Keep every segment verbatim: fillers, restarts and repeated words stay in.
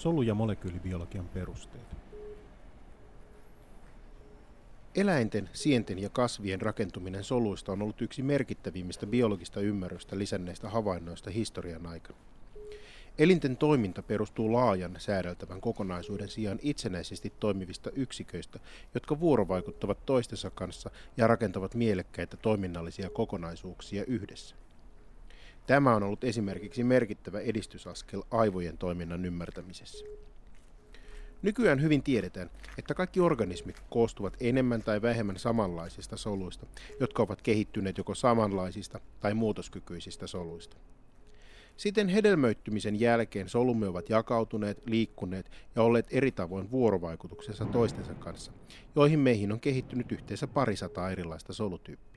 Solu- ja molekyylibiologian perusteet. Eläinten, sienten ja kasvien rakentuminen soluista on ollut yksi merkittävimmistä biologista ymmärrystä lisänneistä havainnoista historian aikana. Elinten toiminta perustuu laajan säädeltävän kokonaisuuden sijaan itsenäisesti toimivista yksiköistä, jotka vuorovaikuttavat toistensa kanssa ja rakentavat mielekkäitä toiminnallisia kokonaisuuksia yhdessä. Tämä on ollut esimerkiksi merkittävä edistysaskel aivojen toiminnan ymmärtämisessä. Nykyään hyvin tiedetään, että kaikki organismit koostuvat enemmän tai vähemmän samanlaisista soluista, jotka ovat kehittyneet joko samanlaisista tai muutoskykyisistä soluista. Siten hedelmöittymisen jälkeen solumme ovat jakautuneet, liikkuneet ja olleet eri tavoin vuorovaikutuksessa toistensa kanssa, joihin meihin on kehittynyt yhteensä parisataa erilaista solutyyppiä.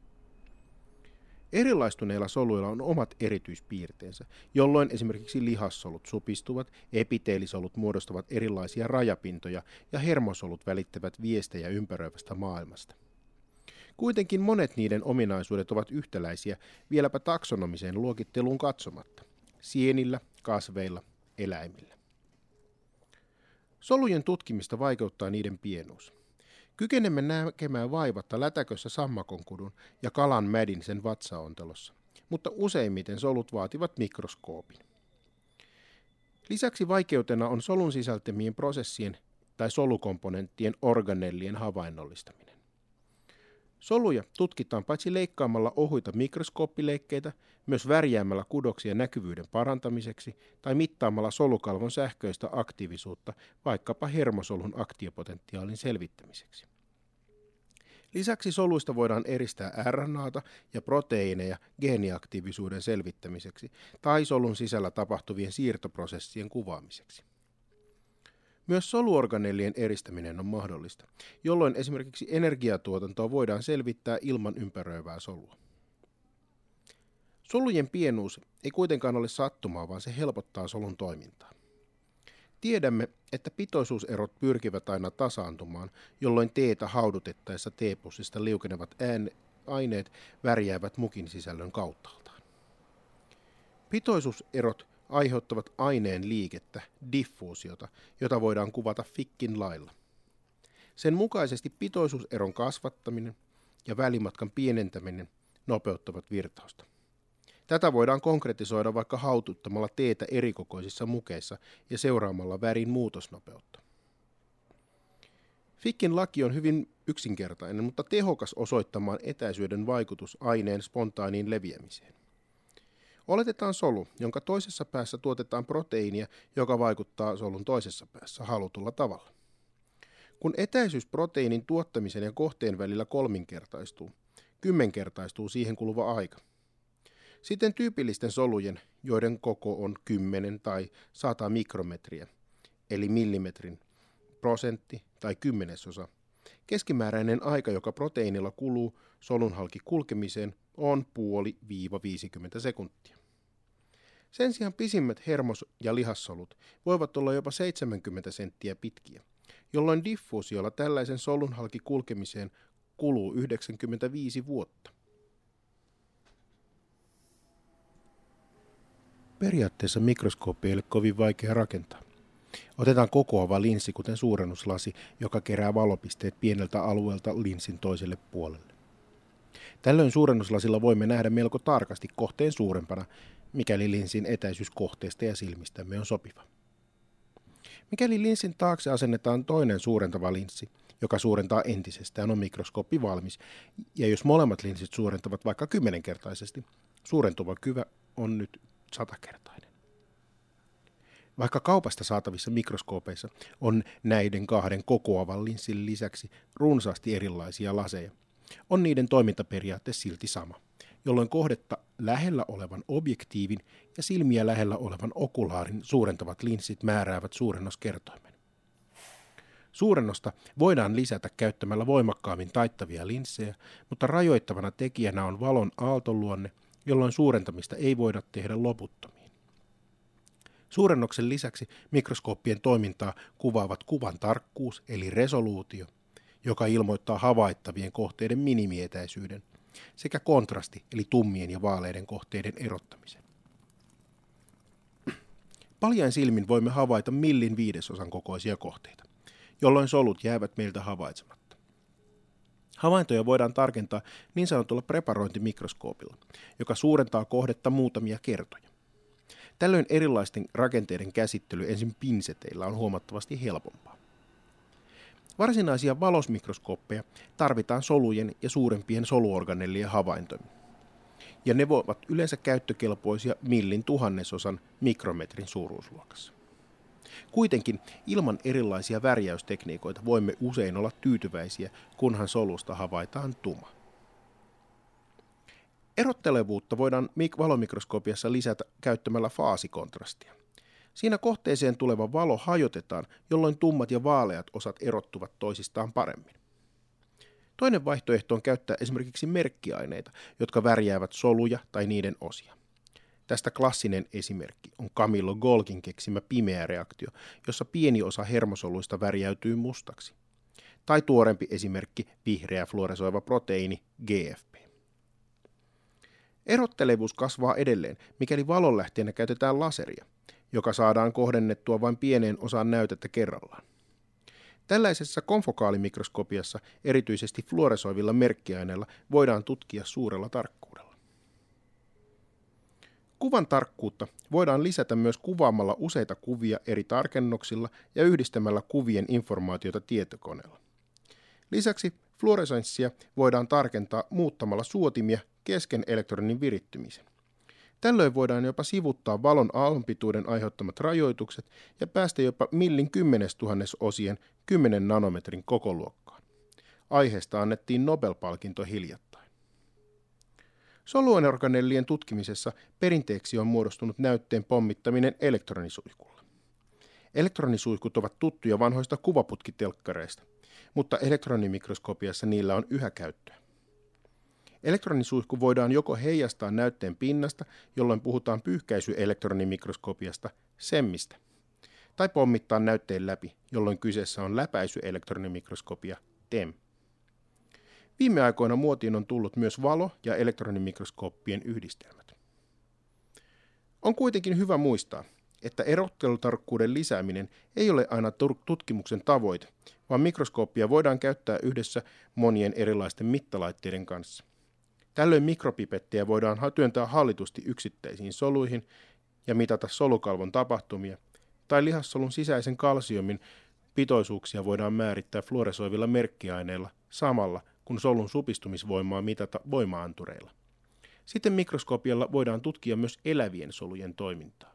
Erilaistuneilla soluilla on omat erityispiirteensä, jolloin esimerkiksi lihassolut supistuvat, epiteelisolut muodostavat erilaisia rajapintoja ja hermosolut välittävät viestejä ympäröivästä maailmasta. Kuitenkin monet niiden ominaisuudet ovat yhtäläisiä vieläpä taksonomiseen luokitteluun katsomatta, sienillä, kasveilla, eläimillä. Solujen tutkimista vaikeuttaa niiden pienuus. Kykenemme näkemään vaivatta lätäkössä sammakonkudun ja kalan mädin sen vatsaontelossa, mutta useimmiten solut vaativat mikroskoopin. Lisäksi vaikeutena on solun sisältämien prosessien tai solukomponenttien organellien havainnollistaminen. Soluja tutkitaan paitsi leikkaamalla ohuita mikroskooppileikkeitä, myös värjäämällä kudoksia näkyvyyden parantamiseksi tai mittaamalla solukalvon sähköistä aktiivisuutta vaikkapa hermosolun aktiopotentiaalin selvittämiseksi. Lisäksi soluista voidaan eristää R N A:ta ja proteiineja geeniaktiivisuuden selvittämiseksi tai solun sisällä tapahtuvien siirtoprosessien kuvaamiseksi. Myös soluorganellien eristäminen on mahdollista, jolloin esimerkiksi energiatuotantoa voidaan selvittää ilman ympäröivää solua. Solujen pienuus ei kuitenkaan ole sattumaa, vaan se helpottaa solun toimintaa. Tiedämme, että pitoisuuserot pyrkivät aina tasaantumaan, jolloin teetä haudutettaessa teepussista liukenevat ään- aineet värjäävät mukin sisällön kauttaaltaan. Pitoisuuserot aiheuttavat aineen liikettä, diffuusiota, jota voidaan kuvata Fickin lailla. Sen mukaisesti pitoisuuseron kasvattaminen ja välimatkan pienentäminen nopeuttavat virtausta. Tätä voidaan konkretisoida vaikka haututtamalla teetä erikokoisissa mukeissa ja seuraamalla värin muutosnopeutta. Fickin laki on hyvin yksinkertainen, mutta tehokas osoittamaan etäisyyden vaikutus aineen spontaaniin leviämiseen. Oletetaan solu, jonka toisessa päässä tuotetaan proteiinia, joka vaikuttaa solun toisessa päässä halutulla tavalla. Kun etäisyys proteiinin tuottamisen ja kohteen välillä kolminkertaistuu, kymmenkertaistuu siihen kuluva aika. Sitten tyypillisten solujen, joiden koko on kymmenen tai sata mikrometriä, eli millimetrin, prosentti tai kymmenesosa, keskimääräinen aika, joka proteiinilla kuluu solun halki kulkemiseen, on puoli viiva viisikymmentä sekuntia. Sen sijaan pisimmät hermos- ja lihassolut voivat olla jopa seitsemänkymmentä senttiä pitkiä, jolloin diffuusiolla tällaisen solun halki kulkemiseen kuluu yhdeksänkymmentäviisi vuotta. Periaatteessa mikroskooppi ei ole kovin vaikea rakentaa. Otetaan kokoava linssi, kuten suurennuslasi, joka kerää valopisteet pieneltä alueelta linssin toiselle puolelle. Tällöin suurennuslasilla voimme nähdä melko tarkasti kohteen suurempana, mikäli linssin etäisyys kohteesta ja silmistämme on sopiva. Mikäli linssin taakse asennetaan toinen suurentava linssi, joka suurentaa entisestään, on mikroskooppi valmis, ja jos molemmat linssit suurentavat vaikka kymmenenkertaisesti, suurentuva kyvä on nyt satakertainen. Vaikka kaupasta saatavissa mikroskoopeissa on näiden kahden kokoavan linssin lisäksi runsaasti erilaisia laseja, on niiden toimintaperiaate silti sama, jolloin kohdetta lähellä olevan objektiivin ja silmiä lähellä olevan okulaarin suurentavat linssit määräävät suurennoskertoimen. Suurennosta voidaan lisätä käyttämällä voimakkaammin taittavia linssejä, mutta rajoittavana tekijänä on valon aaltoluonne, jolloin suurentamista ei voida tehdä loputtomiin. Suurennoksen lisäksi mikroskooppien toimintaa kuvaavat kuvan tarkkuus eli resoluutio, joka ilmoittaa havaittavien kohteiden minimietäisyyden, sekä kontrasti eli tummien ja vaaleiden kohteiden erottamisen. Paljain silmin voimme havaita millin viidesosan kokoisia kohteita, jolloin solut jäävät meiltä havaitsematta. Havaintoja voidaan tarkentaa niin sanotulla preparointimikroskoopilla, joka suurentaa kohdetta muutamia kertoja. Tällöin erilaisten rakenteiden käsittely ensin pinseteillä on huomattavasti helpompaa. Varsinaisia valosmikroskooppeja tarvitaan solujen ja suurempien soluorganellien havaintoihin, ja ne voivat yleensä käyttökelpoisia millin tuhannesosan mikrometrin suuruusluokassa. Kuitenkin ilman erilaisia värjäystekniikoita voimme usein olla tyytyväisiä, kunhan solusta havaitaan tuma. Erottelevuutta voidaan valomikroskoopiassa lisätä käyttämällä faasikontrastia. Siinä kohteeseen tuleva valo hajotetaan, jolloin tummat ja vaaleat osat erottuvat toisistaan paremmin. Toinen vaihtoehto on käyttää esimerkiksi merkkiaineita, jotka värjäävät soluja tai niiden osia. Tästä klassinen esimerkki on Camillo Golgin keksimä pimeä reaktio, jossa pieni osa hermosoluista värjäytyy mustaksi. Tai tuorempi esimerkki vihreä fluoresoiva proteiini G F P. Erottelevuus kasvaa edelleen, mikäli valonlähteenä käytetään laseria, joka saadaan kohdennettua vain pieneen osaan näytettä kerrallaan. Tällaisessa konfokaalimikroskopiassa erityisesti fluoresoivilla merkkiaineilla voidaan tutkia suurella tarkkuudella. Kuvan tarkkuutta voidaan lisätä myös kuvaamalla useita kuvia eri tarkennuksilla ja yhdistämällä kuvien informaatiota tietokoneella. Lisäksi fluoresenssia voidaan tarkentaa muuttamalla suotimia kesken elektronin virittymisen. Tällöin voidaan jopa sivuttaa valon aallonpituuden aiheuttamat rajoitukset ja päästä jopa millin kymmenestuhannesosien kymmenen nanometrin kokoluokkaan. Aiheesta annettiin Nobel-palkinto hiljattain. Soluorganellien tutkimisessa perinteeksi on muodostunut näytteen pommittaminen elektronisuihkulla. Elektronisuihkut ovat tuttuja vanhoista kuvaputkitelkkareista, mutta elektronimikroskopiassa niillä on yhä käyttöä. Elektronisuihku voidaan joko heijastaa näytteen pinnasta, jolloin puhutaan pyyhkäisyelektronimikroskopiasta, SEMistä, tai pommittaa näytteen läpi, jolloin kyseessä on läpäisyelektronimikroskopia, TEM. Viime aikoina muotiin on tullut myös valo- ja elektronimikroskooppien yhdistelmät. On kuitenkin hyvä muistaa, että erottelutarkkuuden lisääminen ei ole aina tutkimuksen tavoite, vaan mikroskooppia voidaan käyttää yhdessä monien erilaisten mittalaitteiden kanssa. Tällöin mikropipettejä voidaan työntää hallitusti yksittäisiin soluihin ja mitata solukalvon tapahtumia, tai lihassolun sisäisen kalsiumin pitoisuuksia voidaan määrittää fluoresoivilla merkkiaineilla samalla, kun solun supistumisvoimaa mitata voima-antureilla. Sitten mikroskopialla voidaan tutkia myös elävien solujen toimintaa.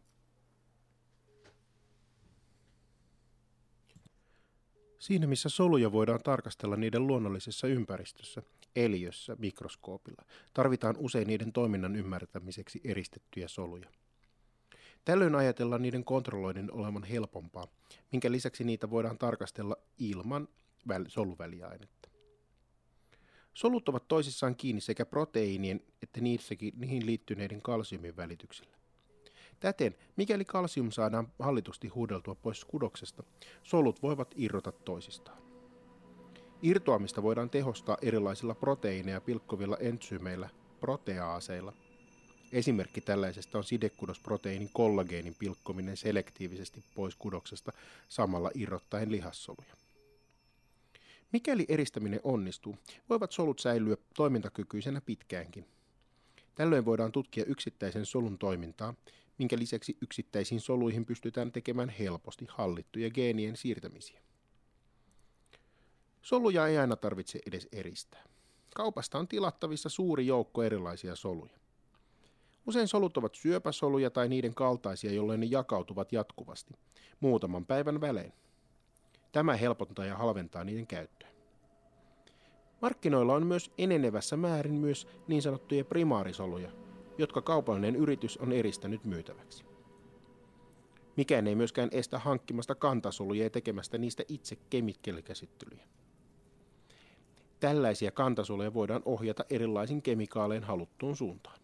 Siinä missä soluja voidaan tarkastella niiden luonnollisessa ympäristössä, eliössä, mikroskoopilla, tarvitaan usein niiden toiminnan ymmärtämiseksi eristettyjä soluja. Tällöin ajatellaan niiden kontrolloinnin olevan helpompaa, minkä lisäksi niitä voidaan tarkastella ilman soluväliainetta. Solut ovat toisissaan kiinni sekä proteiinien että niihin liittyneiden kalsiumin välityksellä. Täten, mikäli kalsium saadaan hallitusti huudeltua pois kudoksesta, solut voivat irrota toisistaan. Irtoamista voidaan tehostaa erilaisilla proteiineja pilkkovilla entsyymeillä, proteaaseilla. Esimerkki tällaisesta on sidekudosproteiinin kollageenin pilkkominen selektiivisesti pois kudoksesta samalla irrottaen lihassoluja. Mikäli eristäminen onnistuu, voivat solut säilyä toimintakykyisenä pitkäänkin. Tällöin voidaan tutkia yksittäisen solun toimintaa, minkä lisäksi yksittäisiin soluihin pystytään tekemään helposti hallittuja geenien siirtämisiä. Soluja ei aina tarvitse edes eristää. Kaupasta on tilattavissa suuri joukko erilaisia soluja. Usein solut ovat syöpäsoluja tai niiden kaltaisia, jolloin ne jakautuvat jatkuvasti, muutaman päivän välein. Tämä helpottaa ja halventaa niiden käyttöä. Markkinoilla on myös enenevässä määrin myös niin sanottuja primaarisoluja, jotka kaupallinen yritys on eristänyt myytäväksi. Mikään ei myöskään estä hankkimasta kantasoluja ja tekemästä niistä itse kemikkeelikäsittelyjä. Tällaisia kantasoluja voidaan ohjata erilaisin kemikaalein haluttuun suuntaan.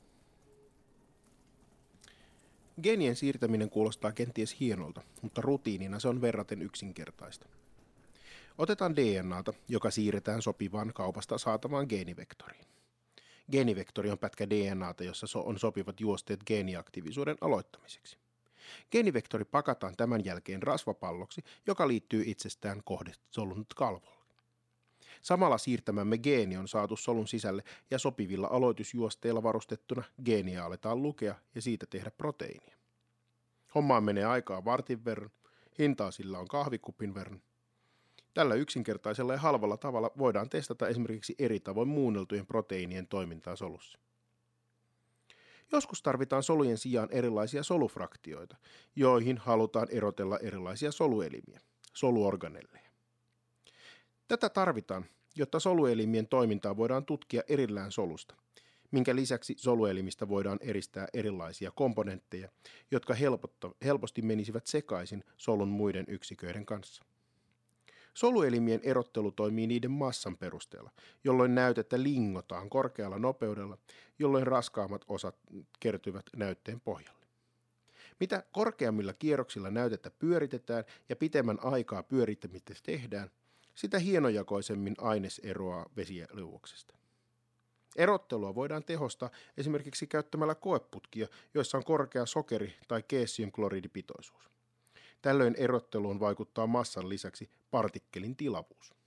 Geenien siirtäminen kuulostaa kenties hienolta, mutta rutiinina se on verraten yksinkertaista. Otetaan D N A:ta, joka siirretään sopivaan kaupasta saatavaan geenivektoriin. Geenivektori on pätkä D N A:ta, jossa on sopivat juosteet geeniaktiivisuuden aloittamiseksi. Geenivektori pakataan tämän jälkeen rasvapalloksi, joka liittyy itsestään kohdesolun kalvolle. Samalla siirtämämme geeni on saatu solun sisälle ja sopivilla aloitusjuosteilla varustettuna geeniä aletaan lukea ja siitä tehdä proteiinia. Hommaan menee aikaa vartin verran, hintaa sillä on kahvikupin verran. Tällä yksinkertaisella ja halvalla tavalla voidaan testata esimerkiksi eri tavoin muunneltujen proteiinien toimintaa solussa. Joskus tarvitaan solujen sijaan erilaisia solufraktioita, joihin halutaan erotella erilaisia soluelimiä, soluorganelleja. Tätä tarvitaan, jotta soluelimien toimintaa voidaan tutkia erillään solusta, minkä lisäksi soluelimistä voidaan eristää erilaisia komponentteja, jotka helposti menisivät sekaisin solun muiden yksiköiden kanssa. Soluelimien erottelu toimii niiden massan perusteella, jolloin näytettä lingotaan korkealla nopeudella, jolloin raskaammat osat kertyvät näytteen pohjalle. Mitä korkeammilla kierroksilla näytettä pyöritetään ja pitemmän aikaa pyörittämistä tehdään, sitä hienojakoisemmin aines eroaa vesiliuoksesta. Erottelua voidaan tehostaa esimerkiksi käyttämällä koeputkia, joissa on korkea sokeri- tai keesiumkloridipitoisuus. Tällöin erotteluun vaikuttaa massan lisäksi partikkelin tilavuus.